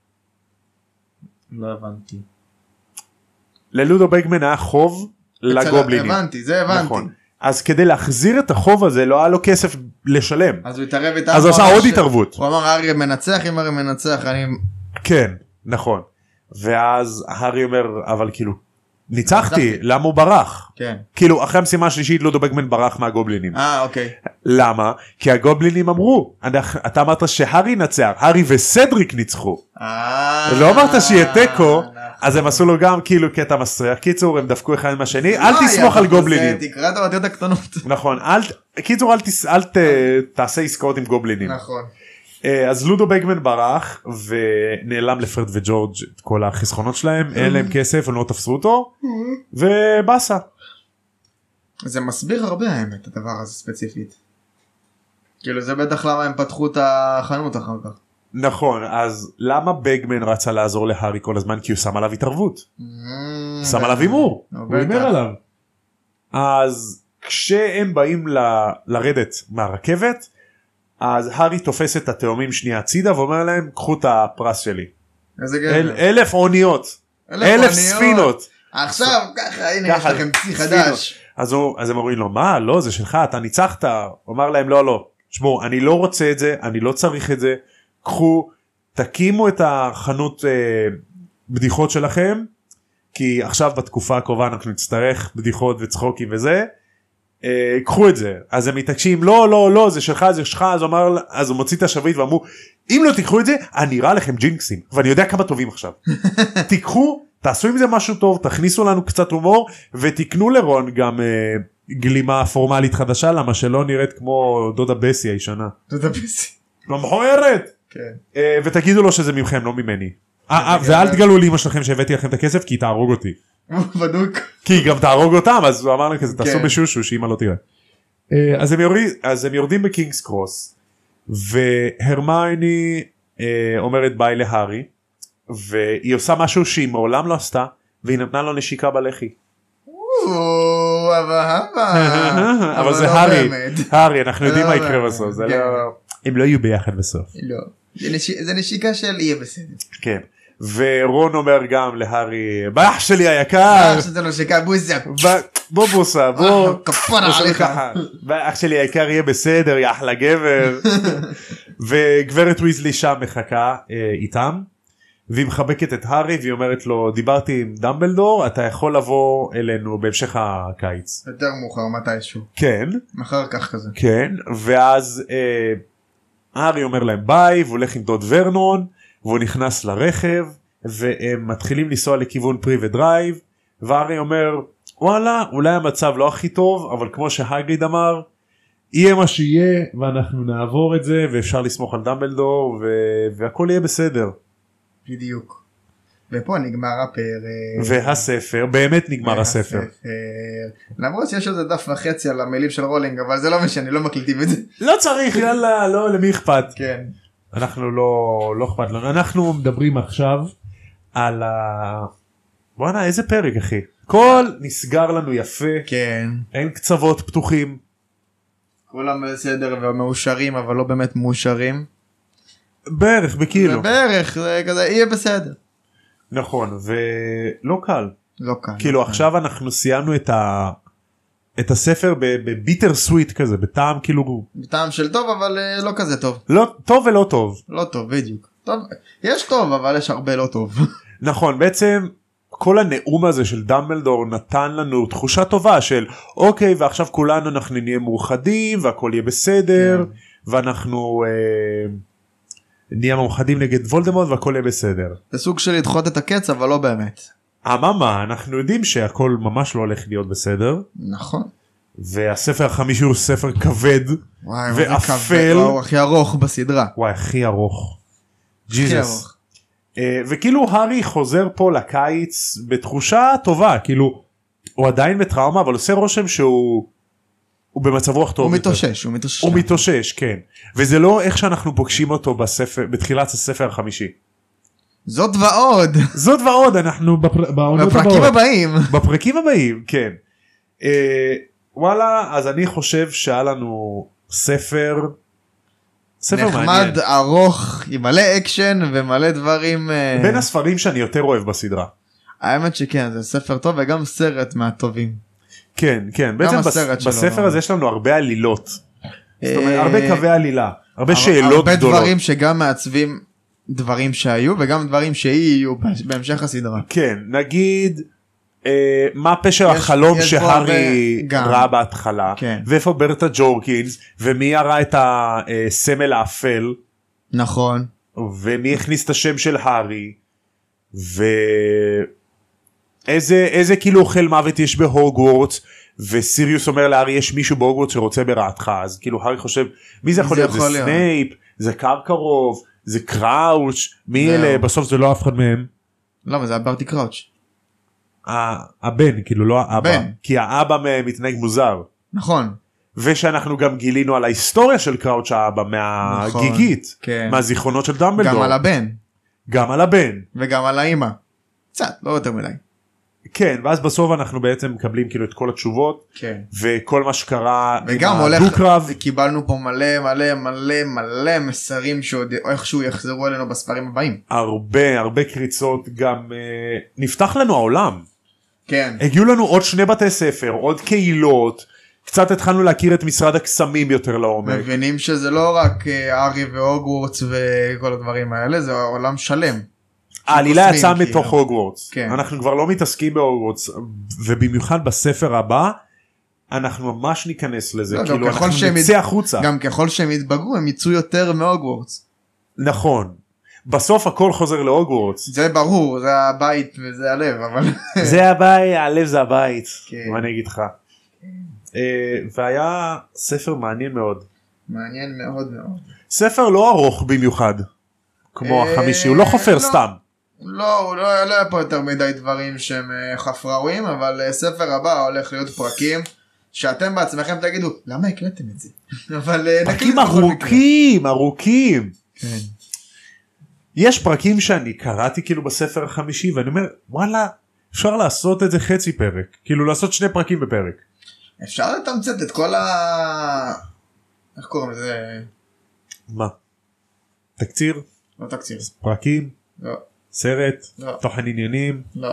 לא הבנתי. ללודו בגמן היה חוב לגובלינים. הבנתי, זה הבנתי. נכון. אז כדי להחזיר את החוב הזה לא היה לו כסף לשלם. אז הוא התערב איתם. אז הוא עשה עוד התערבות. הוא אמר הארי מנצח, אם הארי מנצח אני... כן, נכון. ואז הארי אומר, אבל כאילו, ניצחתי, למה הוא ברח? כן. כאילו אחרי המשימה השלישית לודו בגמן ברח מהגובלינים. אה, אוקיי. למה? כי הגובלינים אמרו, אתה אמרת שהארי נצח, הארי וסדריק ניצחו. לא אמרת שיהיה תיקו, אז הם עשו לו גם כאילו קטע מסריח. קיצור, הם דפקו אחד עם השני, אל תסמוך על גובלינים. תקרא את האותיות הקטנות. נכון, קיצור אל תעשה עסקאות עם גובלינים. נכון. אז לודו בגמן ברח ונעלם לפרד וג'ורג' את כל החסכונות שלהם, אין להם כסף, הם לא תפסו אותו, ובאסה. זה מסביר הרבה האמת הדבר הזה ספציפית. כאילו זה בטח למה הם פתחו את החנות אחר כך. נכון, אז למה בגמן רצה לעזור להארי כל הזמן? כי הוא שם עליו התערבות. שם עליו הימור, הוא הימר עליו. אז כשהם באים ל- לרדת מהרכבת, אז הארי תופס את התאומים שנייה הצידה ואומר להם, קחו את הפרס שלי. איזה גבר. אל, אלף אוניות, אלף, אלף ספינות. עכשיו ככה, הנה יש לכם צי חדש. אז, הוא, אז הם אומרים לו, מה? לא, זה שלך, אתה ניצחת. הוא אמר להם, לא, לא. שמור, אני לא רוצה את זה, אני לא צריך את זה. קחו, תקימו את החנות אה, בדיחות שלכם, כי עכשיו בתקופה הקרובה אנחנו נצטרך בדיחות וצחוקים וזה. אה, קחו את זה. אז הם מתעקשים, לא, לא, לא, זה שלך, זה שלך. אז הוא, אמר, אז הוא מוציא את השביט ואמרו, אם לא תיקחו את זה, אני אראה לכם ג'ינקסים. ואני יודע כמה טובים עכשיו. תיקחו, תעשו עם זה משהו טוב, תכניסו לנו קצת הומור, ותקנו לרון גם אה, גלימה פורמלית חדשה, למה שלא נראית כמו דודה בסי הישנה. דודה בסי. לא מכוערת. כן. אה, ותגידו לו שזה ממכם, לא ממני. אה, אה, ואל תגלו לאמא שלכם שהבאתי לכם את הכסף, כי היא תהרוג אותי. בדוק. כי היא גם תהרוג אותם, אז הוא אמר להם כזה, תעשו כן. בשושו, שאמא לא תראה. אה, אז, הם יורד, אז הם יורדים בקינגס קרוס, והרמייני אה, אומרת ביי להארי, והיא עושה משהו שהיא מעולם לא עשתה, והיא נתנה לו נשיקה בלחי. אבל זה הארי, הארי, אנחנו יודעים מה יקרה בסוף, הם לא יהיו ביחד בסוף. לא, זה נשיקה של יהיה בסדר. כן, ורון אומר גם להארי, באח שלי היקר, אח שזה נשיקה בוסה. בוא בוסה, בוא, כפרה עליך. באח שלי היקר יהיה בסדר, יא אחלה גבר. וגברת ויזלי שם מחכה איתם. והיא מחבקת את הארי והיא אומרת לו, דיברתי עם דמבלדור, אתה יכול לבוא אלינו בהמשך הקיץ. יותר מאוחר מתישהו. כן. אחר כך כזה. כן, ואז אה, הארי אומר להם ביי, והוא הולך עם דוד ורנון, והוא נכנס לרכב, והם מתחילים לנסוע לכיוון פרי ודרייב, והארי אומר, וואלה, אולי המצב לא הכי טוב, אבל כמו שהגריד אמר, יהיה מה שיהיה, ואנחנו נעבור את זה, ואפשר לסמוך על דמבלדור, ו- והכל יהיה בסדר. בדיוק. ופה נגמר הפרק. והספר, באמת נגמר הספר. למרות שיש איזה דף וחצי על המילים של רולינג, אבל זה לא משנה, לא מקליטים את זה. לא צריך, יאללה, לא, למי אכפת? כן. אנחנו לא, לא אכפת לנו. אנחנו מדברים עכשיו על ה... בוא'נה, איזה פרק, אחי. כל נסגר לנו יפה. כן. אין קצוות פתוחים. כולם בסדר ומאושרים, אבל לא באמת מאושרים. בערך, בכאילו. בערך, זה כזה, יהיה בסדר. נכון, ולא קל. לא קל. כאילו, עכשיו אנחנו סיימנו את ה... את הספר בביטר סוויט כזה, בטעם כאילו... בטעם של טוב, אבל לא כזה טוב. לא, טוב ולא טוב. לא טוב, בדיוק. טוב, יש טוב, אבל יש הרבה לא טוב. נכון, בעצם כל הנאום הזה של דמבלדור נתן לנו תחושה טובה של, אוקיי, ועכשיו כולנו אנחנו נהיה מאוחדים, והכל יהיה בסדר, כן. ואנחנו... אה, נהיה מאוחדים נגד וולדמורט והכל יהיה בסדר. זה סוג של לדחות את הקץ, אבל לא באמת. אממה, אנחנו יודעים שהכל ממש לא הולך להיות בסדר. נכון. והספר החמישי הוא ספר כבד ואפל. הוא הכי ארוך בסדרה. וואי, הכי ארוך. ג'יזוס. וכאילו הארי חוזר פה לקיץ בתחושה טובה, כאילו הוא עדיין בטראומה, אבל עושה רושם שהוא הוא במצב רוח טוב. הוא מתאושש, הוא מתאושש. הוא מתאושש, כן. וזה לא איך שאנחנו פוגשים אותו בספר, בתחילת הספר החמישי. זאת ועוד. זאת ועוד, אנחנו בעונות הבאות. בפרקים הבאים. בפרקים הבאים, כן. אה, וואלה, אז אני חושב שהיה לנו ספר, ספר נחמד, מעניין. נחמד, ארוך, עם מלא אקשן ומלא דברים. בין הספרים שאני יותר אוהב בסדרה. האמת שכן, זה ספר טוב וגם סרט מהטובים. כן, כן, בעצם בס, בספר הזה יש לנו הרבה עלילות. זאת אומרת, הרבה קווי עלילה, הרבה שאלות הרבה גדולות. הרבה דברים שגם מעצבים דברים שהיו וגם דברים שיהיו בהמשך הסדרה. כן, נגיד אה, מה פשר יש- החלום יש פה שהארי הרבה- גם. ראה בהתחלה, כן. ואיפה ברטה ג'ורקינס, ומי ירה את הסמל האפל, נכון. ומי הכניס את השם של הארי, ואיזה איזה כאילו אוכל מוות יש בהוגוורטס, וסיריוס אומר להארי יש מישהו בהוגוורטס שרוצה ברעתך, אז כאילו הארי חושב מי זה יכול זה להיות, זה יכול להיות? סנייפ, זה קרקרוב, זה קראוץ', מי זהו. אלה, בסוף זה לא אף אחד מהם. למה זה היה ברטי קראוץ'. ה- הבן כאילו לא האבא, הבן. כי האבא מ- מתנהג מוזר, נכון. ושאנחנו גם גילינו על ההיסטוריה של קראוץ' האבא מהגיגית, כן. מהזיכרונות של דמבלדור, גם על הבן. גם על הבן. וגם על האמא. קצת, לא יותר מדי. כן, ואז בסוף אנחנו בעצם מקבלים כאילו את כל התשובות, כן. וכל מה שקרה וגם עם הולך, הדו-קרב. קיבלנו פה מלא מלא מלא מלא מסרים שעוד איכשהו יחזרו אלינו בספרים הבאים. הרבה הרבה קריצות, גם אה, נפתח לנו העולם, כן. הגיעו לנו עוד שני בתי ספר, עוד קהילות, קצת התחלנו להכיר את משרד הקסמים יותר לעומק. מבינים שזה לא רק אה, הארי והוגוורטס וכל הדברים האלה, זה עולם שלם. העלילה קוסמים, יצאה כאילו. מתוך הוגוורטס, כן. אנחנו כבר לא מתעסקים בהוגוורטס, ובמיוחד בספר הבא אנחנו ממש ניכנס לזה, לא, גם כאילו ככל אנחנו שהם נצא ית- החוצה. גם ככל שהם יתבגרו הם יצאו יותר מהוגוורטס. נכון, בסוף הכל חוזר להוגוורטס. זה ברור, זה הבית וזה הלב, אבל... זה הבית, הלב זה הבית, כן. מה אני אגיד לך. אה, והיה ספר מעניין מאוד, מעניין מאוד מאוד. ספר לא ארוך במיוחד כמו אה, החמישי, הוא לא חופר לא. סתם. לא, הוא לא לא היה פה יותר מדי דברים שהם אה, חפראויים, אבל אה, ספר הבא הולך להיות פרקים שאתם בעצמכם תגידו, למה הקלטתם את זה? אבל אה, נקליט פרקים בכל מקרה. ארוכים, ארוכים. כן. יש פרקים שאני קראתי כאילו בספר החמישי ואני אומר וואלה אפשר לעשות את זה חצי פרק, כאילו לעשות שני פרקים בפרק. אפשר לתמצת את כל ה... איך קוראים לזה? מה? תקציר? לא תקציר. פרקים? לא, סרט? לא. תוכן עניינים? לא.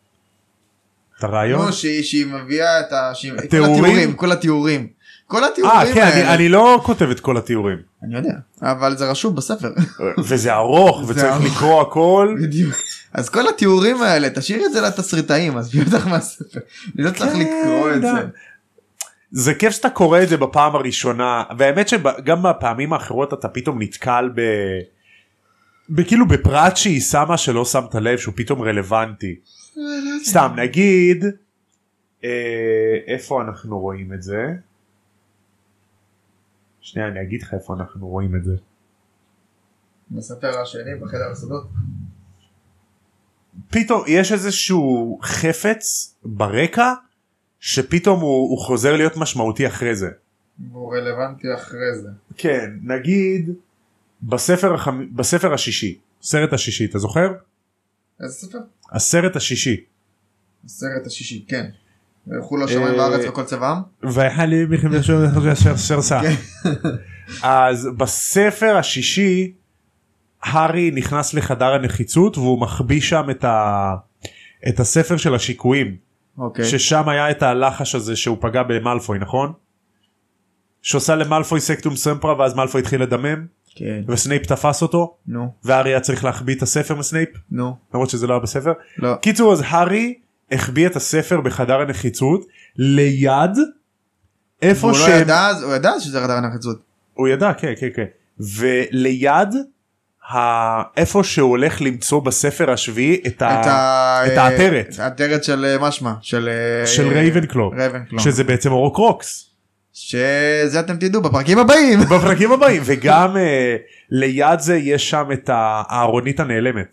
את הרעיון? נו, שהיא שהיא מביאה את ה... שהיא- כל התיאורים? התיאורים, כל התיאורים. כל אה התיאורים כן, אני, האלה. אני לא כותב את כל התיאורים. אני יודע, אבל זה רשום בספר. וזה ארוך זה וצריך ארוך. לקרוא הכל. בדיוק. אז כל התיאורים האלה, תשאיר את זה לתסריטאים, אז בטח מהספר. אני לא צריך כן, לקרוא את די. זה. זה כיף שאתה קורא את זה בפעם הראשונה, והאמת שגם בפעמים האחרות אתה פתאום נתקל ב... בכאילו בפרט שהיא שמה שלא שמת לב שהוא פתאום רלוונטי. סתם נגיד אה, איפה אנחנו רואים את זה? שנייה אני אגיד לך איפה אנחנו רואים את זה. בספר השני, בחדר הסודות. פתאום יש איזשהו חפץ ברקע שפתאום הוא, הוא חוזר להיות משמעותי אחרי זה. והוא רלוונטי אחרי זה. כן, נגיד בספר, החמ... בספר השישי, סרט השישי, אתה זוכר? איזה ספר? הסרט השישי. הסרט השישי, כן. וילכו לו שמיים אה, בארץ וכל צבעם. ויחלי בכם שרסה. אז בספר השישי הארי נכנס לחדר הנחיצות והוא מחביא שם את, ה... את הספר של השיקויים. אוקיי. ששם היה את הלחש הזה שהוא פגע במלפוי, נכון? שעושה למלפוי סקטום סמפרה ואז מלפוי התחיל לדמם כן. וסנייפ תפס אותו נו, והארי היה צריך להחביא את הספר מסנייפ נו. למרות שזה לא היה בספר. לא. קיצור, אז הארי החביא את הספר בחדר הנחיצות ליד איפה הוא לא שהם... ידע, אז- הוא ידע שזה חדר הנחיצות. הוא ידע, כן, כן, כן. וליד ה... איפה שהוא הולך למצוא בספר השביעי את, ה... את ה- את העטרת העטרת של אה, משמע, של אה, של רייבנקלו, רייבנקלו. שזה בעצם אורוקרוקס. שזה אתם תדעו בפרקים הבאים. בפרקים הבאים, וגם uh, ליד זה יש שם את הארונית הנעלמת,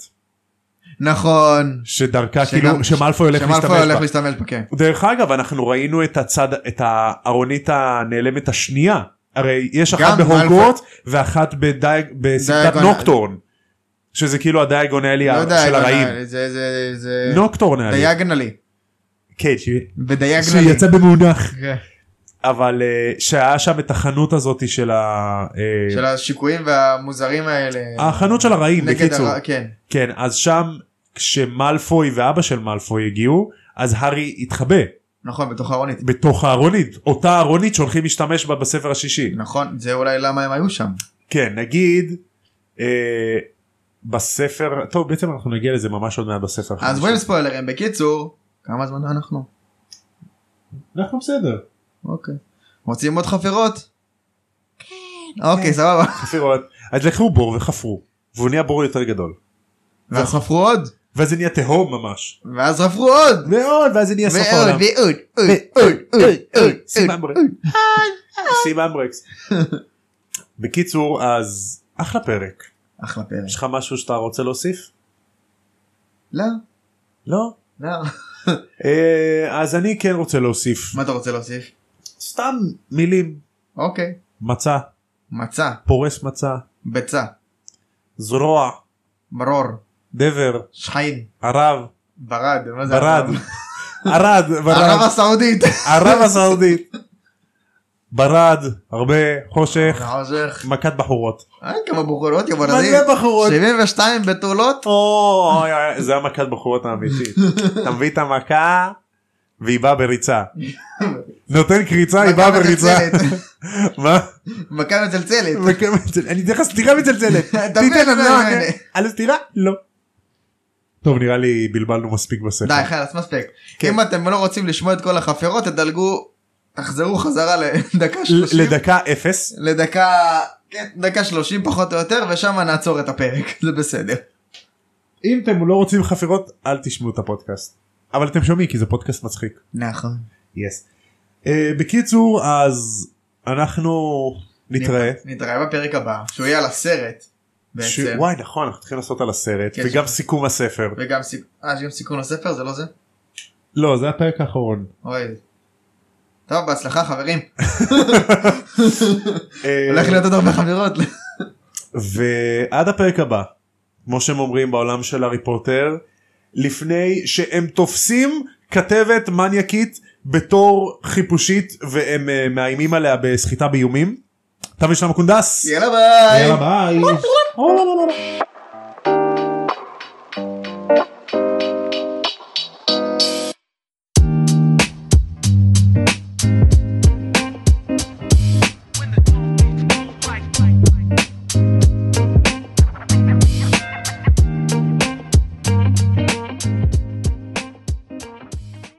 נכון. שדרכה שגם- כאילו, שמלפוי הולך שמלפוי להשתמש הולך בה. להשתמש בה, כן. דרך אגב, אנחנו ראינו את הצד, את הארונית הנעלמת השנייה, הרי יש אחת גם בהוגוורטס ואחת בדייג, בסרטת דייגון- נוקטורן, שזה כאילו הדייגונלי לא יודע, של הרעים. זה זה זה נוקטורנלי. דיאגנלי. כן, ש- בדיאגנלי. שיצא במונח. כן. אבל אה, שהיה שם את החנות הזאת של ה... אה, של השיקויים והמוזרים האלה. החנות של הרעים, נגד בקיצור. הר- כן. כן, אז שם כשמלפוי ואבא של מלפוי הגיעו, אז הארי התחבא נכון, בתוך הארונית. בתוך הארונית, אותה ארונית שהולכים להשתמש בה בספר השישי. נכון, זה אולי למה הם היו שם. כן, נגיד אה, בספר, טוב בעצם אנחנו נגיע לזה ממש עוד מעט בספר אז החמישי. בואי ספוילרים, בקיצור, כמה זמן אנחנו? אנחנו בסדר. אוקיי. רוצים עוד חפירות? כן. אוקיי, סבבה. חפירות. אז לקחו בור וחפרו, והוא נהיה בור יותר גדול. ואז חפרו עוד. ואז זה נהיה תהום ממש. ואז חפרו עוד. ועוד, ואז זה נהיה סוף העולם. ועוד, ועוד, עוד, עוד, עוד. סיממברקס. סיממברקס. בקיצור, אז אחלה פרק. אחלה פרק. יש לך משהו שאתה רוצה להוסיף? לא. לא? לא. אז אני כן רוצה להוסיף. מה אתה רוצה להוסיף? סתם מילים. אוקיי. מצה. מצה. פורס מצה. ביצה. זרוע. ברור. דבר. שחיין. ערב. ברד. מה זה ברד. ערד. ערב הסעודית. ערב הסעודית. ברד. הרבה חושך. חושך. מכת בחורות. היי כמה בחורות יא ברזים. מלא בחורות. שבעים ושתיים בתולות. אוי, זה המכת בחורות האמיתית. אתה מביא את המכה והיא באה בריצה. נותן קריצה היא באה בריצה. מה? מכה מצלצלת. אני אתן לך סתירה מצלצלת. תיתן לנו. על הסתירה? לא. טוב, נראה לי בלבלנו מספיק בספר. די חלאס מספיק. אם אתם לא רוצים לשמוע את כל החפירות תדלגו, תחזרו חזרה לדקה שלושים. לדקה אפס. לדקה, כן, דקה שלושים פחות או יותר, ושם נעצור את הפרק. זה בסדר. אם אתם לא רוצים חפירות אל תשמעו את הפודקאסט. אבל אתם שומעים כי זה פודקאסט מצחיק. נכון. יס. בקיצור, אז אנחנו נתראה. נתראה בפרק הבא, שהוא יהיה על הסרט. בעצם. וואי נכון, אנחנו צריכים לעשות על הסרט וגם סיכום הספר. וגם סיכום הספר, זה לא זה? לא, זה הפרק האחרון. אוי. טוב, בהצלחה חברים. הולך להיות עוד הרבה חברות. ועד הפרק הבא, כמו שהם אומרים בעולם של הארי פוטר, לפני שהם תופסים כתבת מניאקית בתור חיפושית והם מאיימים עליה בסחיטה באיומים. תמיד שלנו קונדס. יאללה ביי. יאללה ביי.